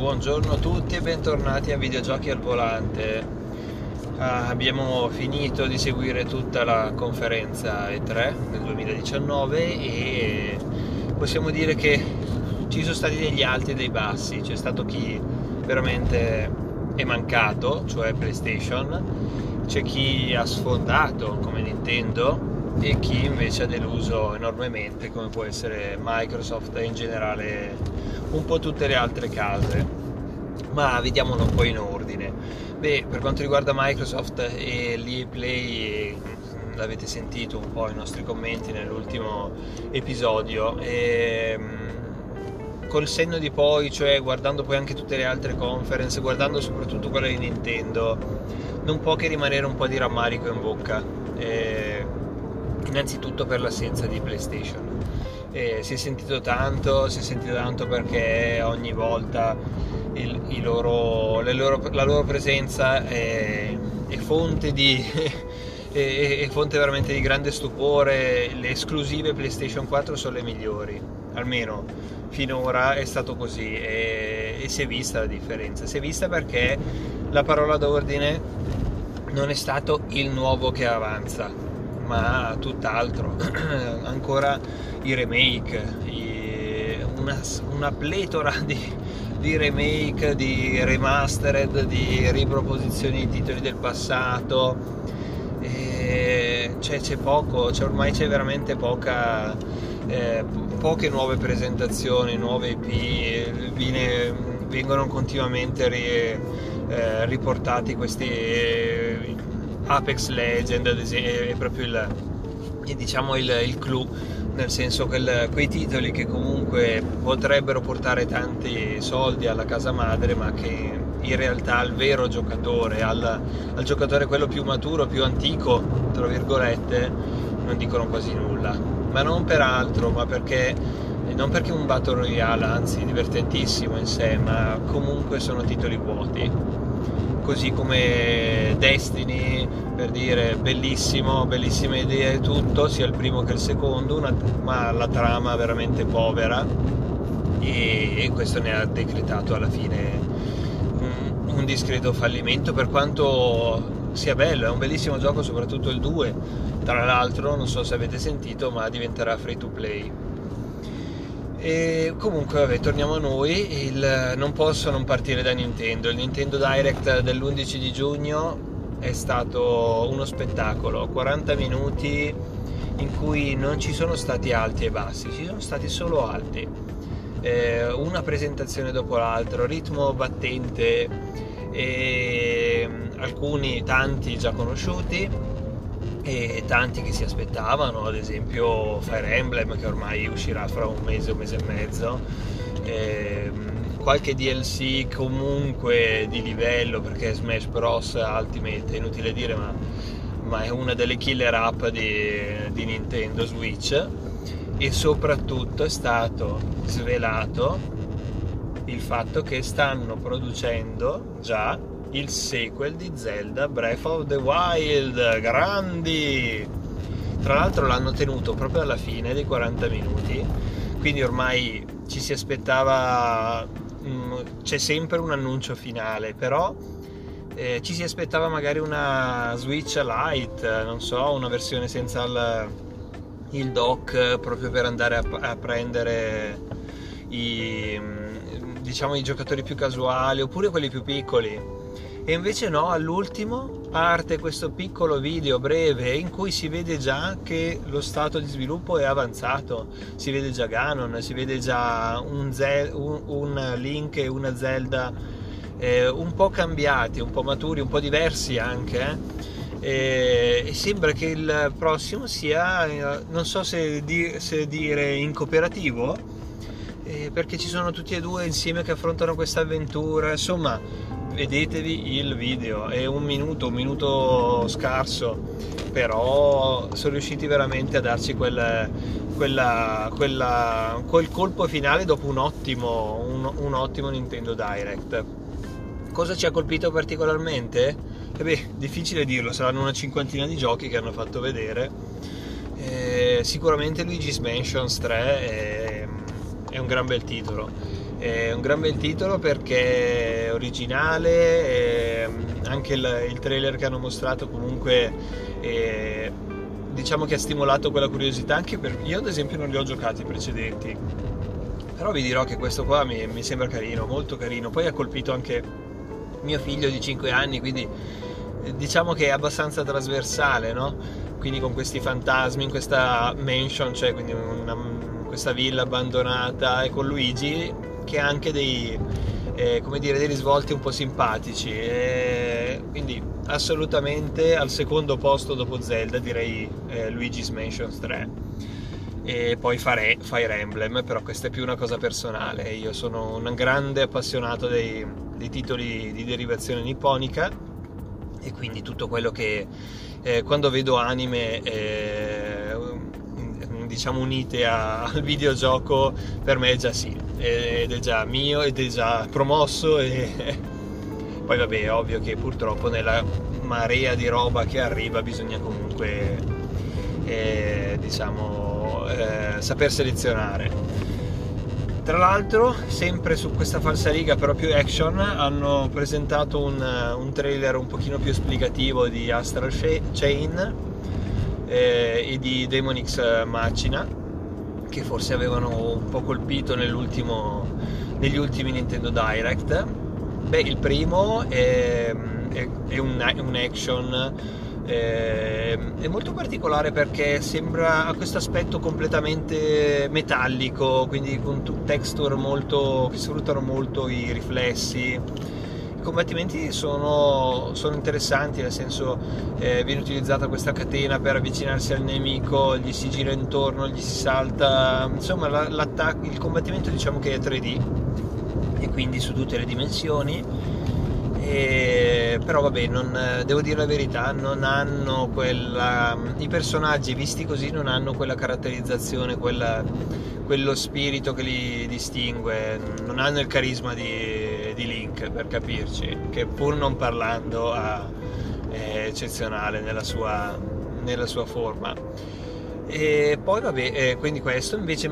Buongiorno a tutti e bentornati a Videogiochi al Volante. Abbiamo finito di seguire tutta la conferenza E3 del 2019 e possiamo dire che ci sono stati degli alti e dei bassi. C'è stato chi veramente è mancato, cioè PlayStation, c'è chi ha sfondato come Nintendo e chi invece ha deluso enormemente, come può essere Microsoft e in generale un po' tutte le altre case. Ma vediamolo un po' in ordine. Per quanto riguarda Microsoft e l'EA Play, l'avete sentito un po' i nostri commenti nell'ultimo episodio, col senno di poi, cioè guardando poi anche tutte le altre conference, guardando soprattutto quella di Nintendo, non può che rimanere un po' di rammarico in bocca, innanzitutto per l'assenza di PlayStation. Si è sentito tanto perché ogni volta la loro presenza è fonte è fonte veramente di grande stupore. Le esclusive PlayStation 4 sono le migliori, almeno finora è stato così, e si è vista la differenza. Si è vista perché la parola d'ordine non è stato il nuovo che avanza, ma tutt'altro. Ancora i remake, una pletora di remake, di remastered, di riproposizioni di titoli del passato. C'è poco, ormai c'è veramente poche nuove presentazioni, nuove IP, vengono continuamente riportati questi Apex Legends, ad esempio, è proprio il clou, nel senso che quei titoli che comunque potrebbero portare tanti soldi alla casa madre, ma che in realtà al vero giocatore, al giocatore quello più maturo, più antico, tra virgolette, non dicono quasi nulla. Ma non per altro, non perché un Battle Royale, anzi divertentissimo in sé, ma comunque sono titoli vuoti. Così come Destiny, per dire, bellissima idea e tutto, sia il primo che il secondo, ma la trama veramente povera, e questo ne ha decretato alla fine un discreto fallimento, per quanto sia bello. È un bellissimo gioco, soprattutto il 2, tra l'altro, non so se avete sentito, ma diventerà free to play. E comunque vabbè, torniamo a noi. Non posso non partire da Nintendo. Il Nintendo Direct dell'11 di giugno è stato uno spettacolo, 40 minuti in cui non ci sono stati alti e bassi, ci sono stati solo alti, una presentazione dopo l'altra, ritmo battente, e tanti già conosciuti e tanti che si aspettavano, ad esempio Fire Emblem, che ormai uscirà fra un mese e mezzo, qualche DLC comunque di livello, perché Smash Bros Ultimate è inutile dire, ma è una delle killer app di Nintendo Switch. E soprattutto è stato svelato il fatto che stanno producendo già il sequel di Zelda Breath of the Wild. Grandi! Tra l'altro l'hanno tenuto proprio alla fine dei 40 minuti, quindi ormai ci si aspettava, c'è sempre un annuncio finale, però ci si aspettava magari una Switch Lite, non so, una versione senza il dock, proprio per andare a prendere i giocatori più casuali, oppure quelli più piccoli. E invece no, all'ultimo parte questo piccolo video breve in cui si vede già che lo stato di sviluppo è avanzato, si vede già Ganon, si vede già un Link e una Zelda un po' cambiati, un po' maturi, un po' diversi anche, e sembra che il prossimo sia, non so se dire in cooperativo, perché ci sono tutti e due insieme che affrontano questa avventura. Insomma, vedetevi il video, è un minuto scarso, però sono riusciti veramente a darci quel colpo finale dopo un ottimo Nintendo Direct. Cosa ci ha colpito particolarmente? Difficile dirlo, saranno una cinquantina di giochi che hanno fatto vedere. Sicuramente Luigi's Mansion 3 è un gran bel titolo. È un gran bel titolo perché è originale, anche il trailer che hanno mostrato comunque diciamo che ha stimolato quella curiosità, anche per io ad esempio non li ho giocati i precedenti, però vi dirò che questo qua mi sembra carino, molto carino. Poi ha colpito anche mio figlio di 5 anni, quindi diciamo che è abbastanza trasversale, no? Quindi con questi fantasmi in questa mansion, cioè quindi questa villa abbandonata, e con Luigi che ha anche come dire, dei risvolti un po' simpatici, quindi assolutamente al secondo posto dopo Zelda direi Luigi's Mansion 3, e poi Fire Emblem, però questa è più una cosa personale. Io sono un grande appassionato dei titoli di derivazione nipponica, e quindi tutto quello che quando vedo anime diciamo unite al videogioco, per me è già sì, ed è già mio, ed è già promosso, e poi vabbè, è ovvio che purtroppo nella marea di roba che arriva bisogna comunque diciamo saper selezionare. Tra l'altro, sempre su questa falsariga però più action, hanno presentato un trailer un pochino più esplicativo di Astral Chain e di Demon X Machina, che forse avevano un po' colpito negli ultimi Nintendo Direct. Beh, il primo è un action, è molto particolare perché ha questo aspetto completamente metallico, quindi con texture che sfruttano molto i riflessi. I combattimenti sono interessanti, nel senso viene utilizzata questa catena per avvicinarsi al nemico, gli si gira intorno, gli si salta, insomma il combattimento diciamo che è 3D, e quindi su tutte le dimensioni. Però vabbè, devo dire la verità, non hanno i personaggi visti così non hanno quella caratterizzazione, quello spirito che li distingue, non hanno il carisma di Link, per capirci, che pur non parlando è eccezionale nella sua forma. E poi vabbè, quindi questo invece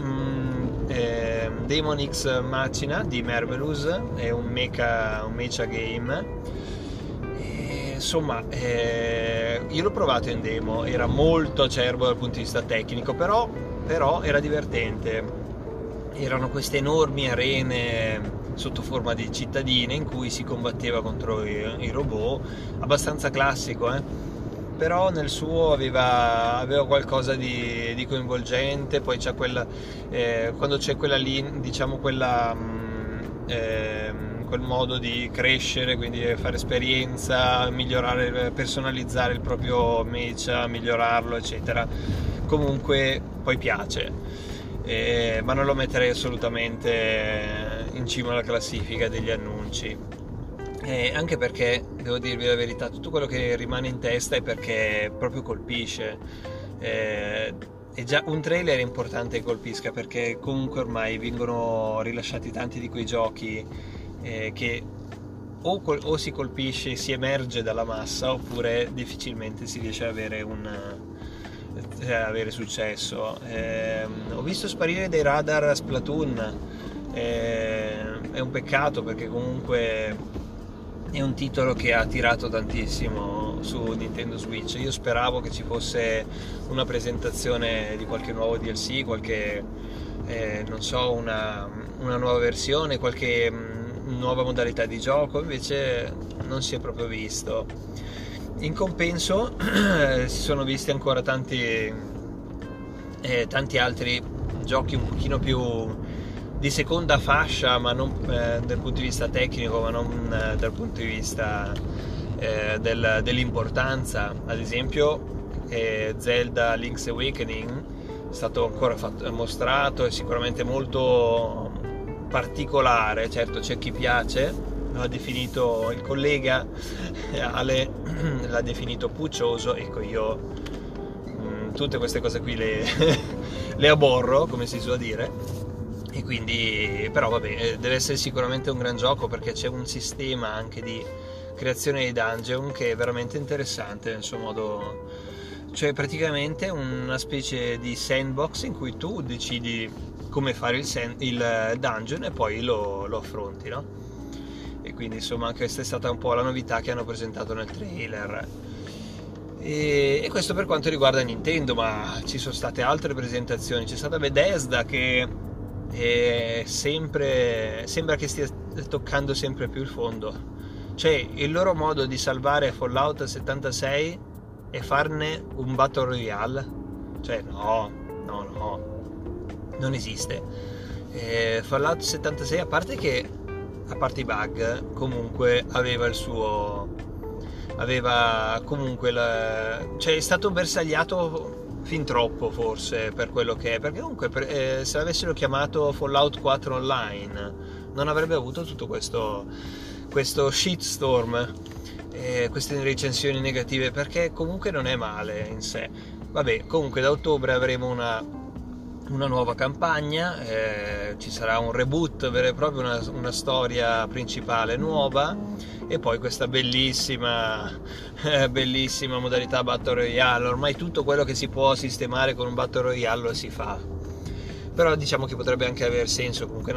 Demon X Machina di Marvelous è un mecha game, e, insomma io l'ho provato in demo, era molto acerbo dal punto di vista tecnico, però era divertente. Erano queste enormi arene sotto forma di cittadine in cui si combatteva contro i robot, abbastanza classico, però nel suo aveva qualcosa di coinvolgente. Poi c'è quando c'è quella lì, diciamo quel modo di crescere, quindi fare esperienza, migliorare, personalizzare il proprio mecha, migliorarlo eccetera, comunque poi piace, ma non lo metterei assolutamente in cima alla classifica degli annunci. Anche perché, devo dirvi la verità, tutto quello che rimane in testa è perché proprio colpisce. E già un trailer è importante che colpisca, perché comunque ormai vengono rilasciati tanti di quei giochi che o si colpisce, si emerge dalla massa, oppure difficilmente si riesce ad avere successo. Ho visto sparire dei radar Splatoon, è un peccato perché comunque è un titolo che ha attirato tantissimo su Nintendo Switch. Io speravo che ci fosse una presentazione di qualche nuovo DLC, qualche non so, una nuova versione, qualche nuova modalità di gioco, invece non si è proprio visto. In compenso si sono visti ancora tanti altri giochi un pochino più di seconda fascia, ma non dal punto di vista tecnico, ma non dal punto di vista dell'importanza. Ad esempio Zelda Link's Awakening è stato ancora mostrato, è sicuramente molto particolare. Certo, c'è chi piace, l'ha definito il collega Ale, l'ha definito puccioso. Ecco, io tutte queste cose qui le aborro, come si suol dire. E quindi, però vabbè, deve essere sicuramente un gran gioco, perché c'è un sistema anche di creazione dei dungeon che è veramente interessante nel suo modo. Cioè praticamente una specie di sandbox in cui tu decidi come fare il dungeon e poi lo affronti, no? E quindi insomma anche questa è stata un po' la novità che hanno presentato nel trailer. E questo per quanto riguarda Nintendo, ma ci sono state altre presentazioni. C'è stata Bethesda che sembra che stia toccando sempre più il fondo. Cioè, il loro modo di salvare Fallout 76 è farne un Battle Royale. Cioè, no, non esiste. Fallout 76, a parte i bug, comunque aveva comunque cioè è stato bersagliato fin troppo, forse, per quello che è, perché comunque se l'avessero chiamato Fallout 4 Online non avrebbe avuto tutto questo shitstorm, queste recensioni negative, perché comunque non è male in sé. Vabbè, comunque da ottobre avremo una nuova campagna, ci sarà un reboot vero e proprio, una storia principale nuova, e poi questa bellissima modalità Battle Royale. Ormai tutto quello che si può sistemare con un Battle Royale lo si fa, però diciamo che potrebbe anche aver senso. Comunque è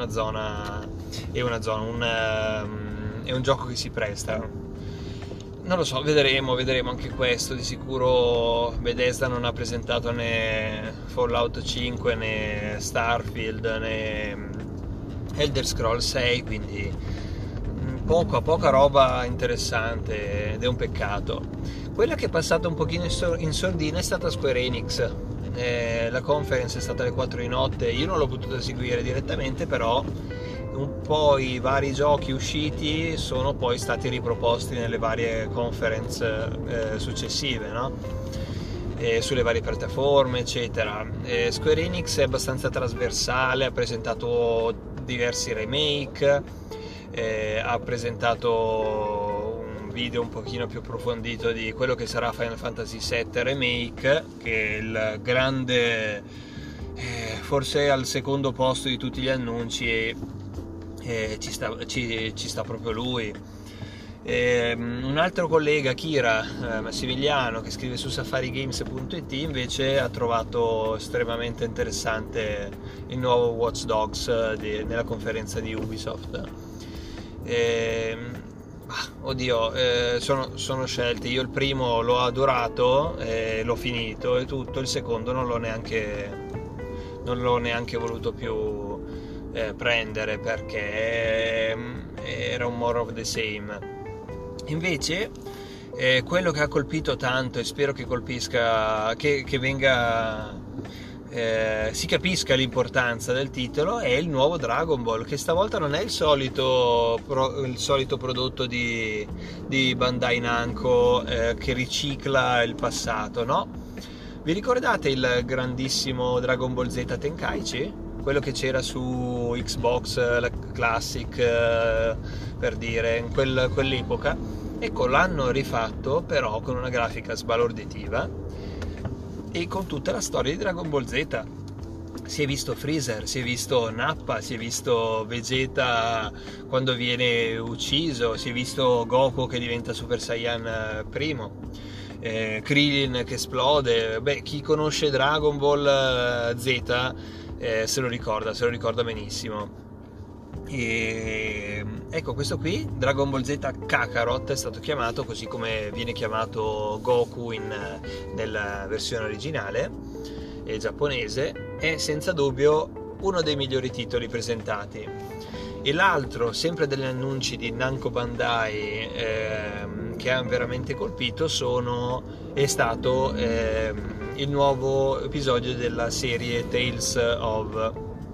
un gioco che si presta. Non lo so, vedremo anche questo. Di sicuro Bethesda non ha presentato né Fallout 5 né Starfield né Elder Scrolls 6, quindi poca roba interessante, ed è un peccato. Quella che è passata un pochino in sordina è stata Square Enix. La conference è stata alle 4 di notte, io non l'ho potuto seguire direttamente, però un po' i vari giochi usciti sono poi stati riproposti nelle varie conference successive, no? Sulle varie piattaforme, eccetera. Square Enix è abbastanza trasversale, ha presentato diversi remake, ha presentato un video un pochino più approfondito di quello che sarà Final Fantasy VII Remake, che è il grande, forse al secondo posto di tutti gli annunci, e ci sta proprio lui. Un altro collega, Kira Massimiliano, che scrive su safarigames.it, invece ha trovato estremamente interessante il nuovo Watch Dogs nella conferenza di Ubisoft. Sono scelte. Io il primo l'ho adorato, l'ho finito e tutto. Il secondo non l'ho neanche voluto più prendere, perché era un more of the same. Invece quello che ha colpito tanto, e spero che colpisca, che venga, si capisca l'importanza del titolo, è il nuovo Dragon Ball, che stavolta non è il solito prodotto di Bandai Namco che ricicla il passato, no? Vi ricordate il grandissimo Dragon Ball Z Tenkaichi? Quello che c'era su Xbox Classic, per dire, in quell'epoca. Ecco, l'hanno rifatto però con una grafica sbalorditiva e con tutta la storia di Dragon Ball Z. Si è visto Freezer, si è visto Nappa, si è visto Vegeta quando viene ucciso, si è visto Goku che diventa Super Saiyan primo, Krillin che esplode. Beh, chi conosce Dragon Ball Z se lo ricorda benissimo. E ecco, questo qui, Dragon Ball Z Kakarot, è stato chiamato così come viene chiamato Goku nella versione originale giapponese. È senza dubbio uno dei migliori titoli presentati. E l'altro, sempre degli annunci di Namco Bandai, che ha veramente colpito, è stato il nuovo episodio della serie Tales of.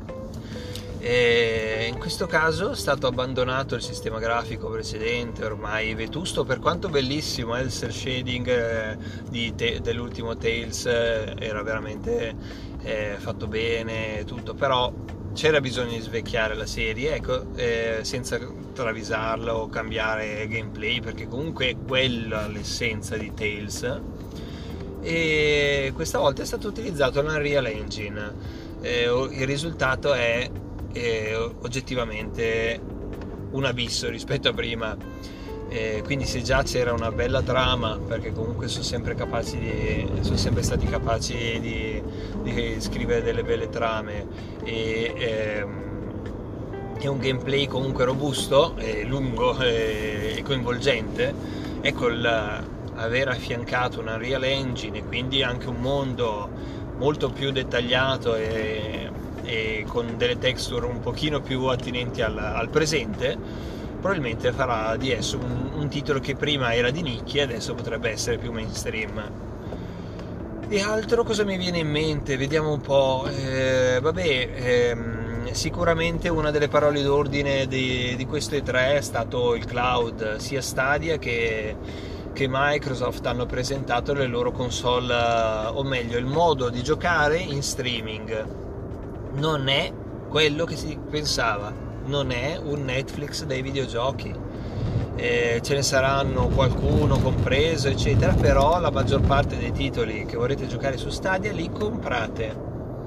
In questo caso è stato abbandonato il sistema grafico precedente, ormai vetusto, per quanto bellissimo. Il cel shading dell'ultimo Tales era veramente fatto bene, tutto, però c'era bisogno di svecchiare la serie, ecco, senza travisarla o cambiare gameplay, perché comunque è quella l'essenza di Tales. E questa volta è stato utilizzato l'Unreal Engine. Il risultato è oggettivamente un abisso rispetto a prima, quindi se già c'era una bella trama, perché comunque sono sempre stati capaci di di scrivere delle belle trame e un gameplay comunque robusto, lungo e coinvolgente, ecco, aver affiancato una Unreal Engine e quindi anche un mondo molto più dettagliato e con delle texture un pochino più attinenti al presente, probabilmente farà di esso un titolo che prima era di nicchia e adesso potrebbe essere più mainstream. E altro cosa mi viene in mente? Vediamo un po'. Sicuramente una delle parole d'ordine di questo E3 è stato il cloud. Sia Stadia che Microsoft hanno presentato le loro console, o meglio il modo di giocare in streaming. Non è quello che si pensava, non è un Netflix dei videogiochi. Ce ne saranno qualcuno compreso eccetera, però la maggior parte dei titoli che vorrete giocare su Stadia li comprate.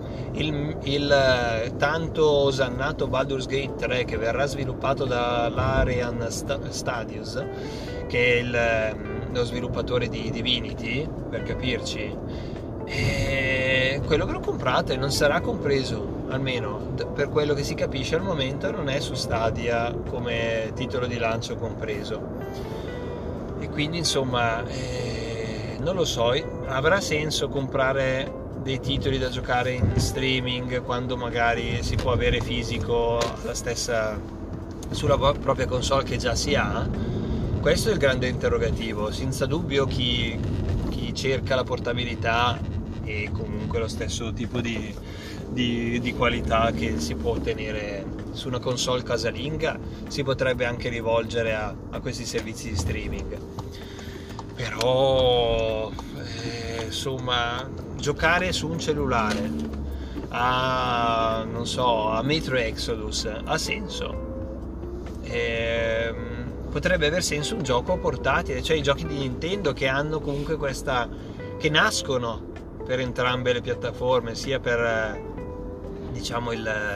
Il tanto osannato Baldur's Gate 3, che verrà sviluppato dall'Arian Studios, che è lo sviluppatore di Divinity, per capirci, quello che lo comprate non sarà compreso, almeno per quello che si capisce al momento non è su Stadia come titolo di lancio compreso. E quindi insomma non lo so, avrà senso comprare dei titoli da giocare in streaming quando magari si può avere fisico sulla propria console che già si ha? Questo è il grande interrogativo. Senza dubbio chi cerca la portabilità e comunque lo stesso tipo di qualità che si può ottenere su una console casalinga si potrebbe anche rivolgere a questi servizi di streaming. Però insomma, giocare su un cellulare a Metro Exodus ha senso. Potrebbe aver senso un gioco portatile, cioè i giochi di Nintendo che hanno comunque che nascono per entrambe le piattaforme, sia per diciamo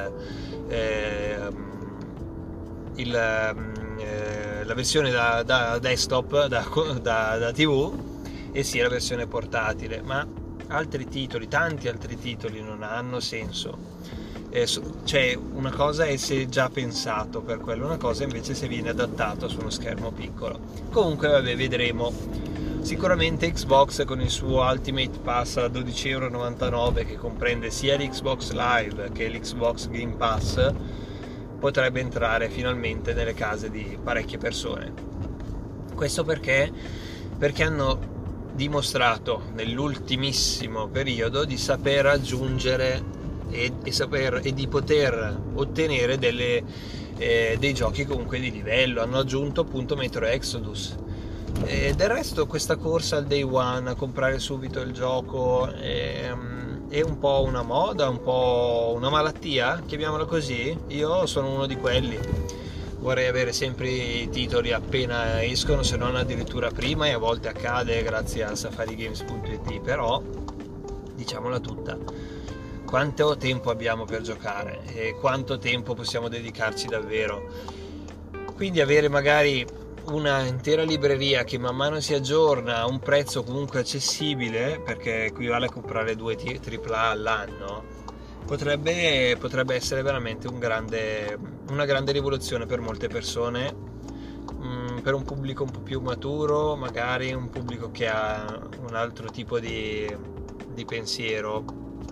la versione da desktop, da TV, e sia la versione portatile, ma tanti altri titoli non hanno senso. Cioè, una cosa è se già pensato per quello, una cosa invece se viene adattato su uno schermo piccolo. Comunque vabbè, vedremo. Sicuramente Xbox con il suo Ultimate Pass a €12,99, che comprende sia l'Xbox Live che l'Xbox Game Pass, potrebbe entrare finalmente nelle case di parecchie persone. Questo perché hanno dimostrato nell'ultimissimo periodo di saper aggiungere e di poter ottenere dei giochi comunque di livello. Hanno aggiunto appunto Metro Exodus. Del resto questa corsa al day one a comprare subito il gioco è un po' una moda, un po' una malattia, chiamiamola così. Io sono uno di quelli, vorrei avere sempre i titoli appena escono, se non addirittura prima, e a volte accade grazie a safarigames.it, però diciamola tutta, quanto tempo abbiamo per giocare e quanto tempo possiamo dedicarci davvero? Quindi avere magari una intera libreria che man mano si aggiorna a un prezzo comunque accessibile, perché equivale a comprare 2 AAA all'anno, potrebbe essere veramente una grande rivoluzione per molte persone, per un pubblico un po' più maturo, magari un pubblico che ha un altro tipo di pensiero.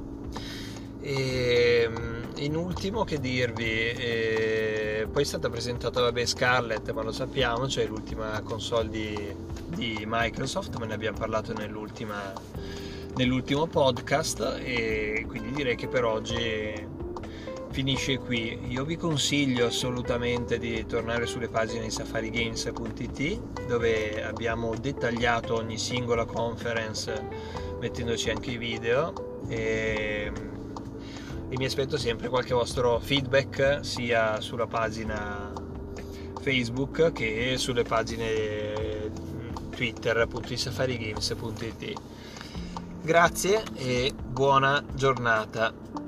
E in ultimo che dirvi, poi è stata presentata Scarlett, ma lo sappiamo, cioè l'ultima console di Microsoft, ma ne abbiamo parlato nell'ultimo podcast, e quindi direi che per oggi finisce qui. Io vi consiglio assolutamente di tornare sulle pagine di safarigames.it, dove abbiamo dettagliato ogni singola conference mettendoci anche i video, e mi aspetto sempre qualche vostro feedback sia sulla pagina Facebook che sulle pagine Twitter, appunto, di safarigames.it. Grazie e buona giornata.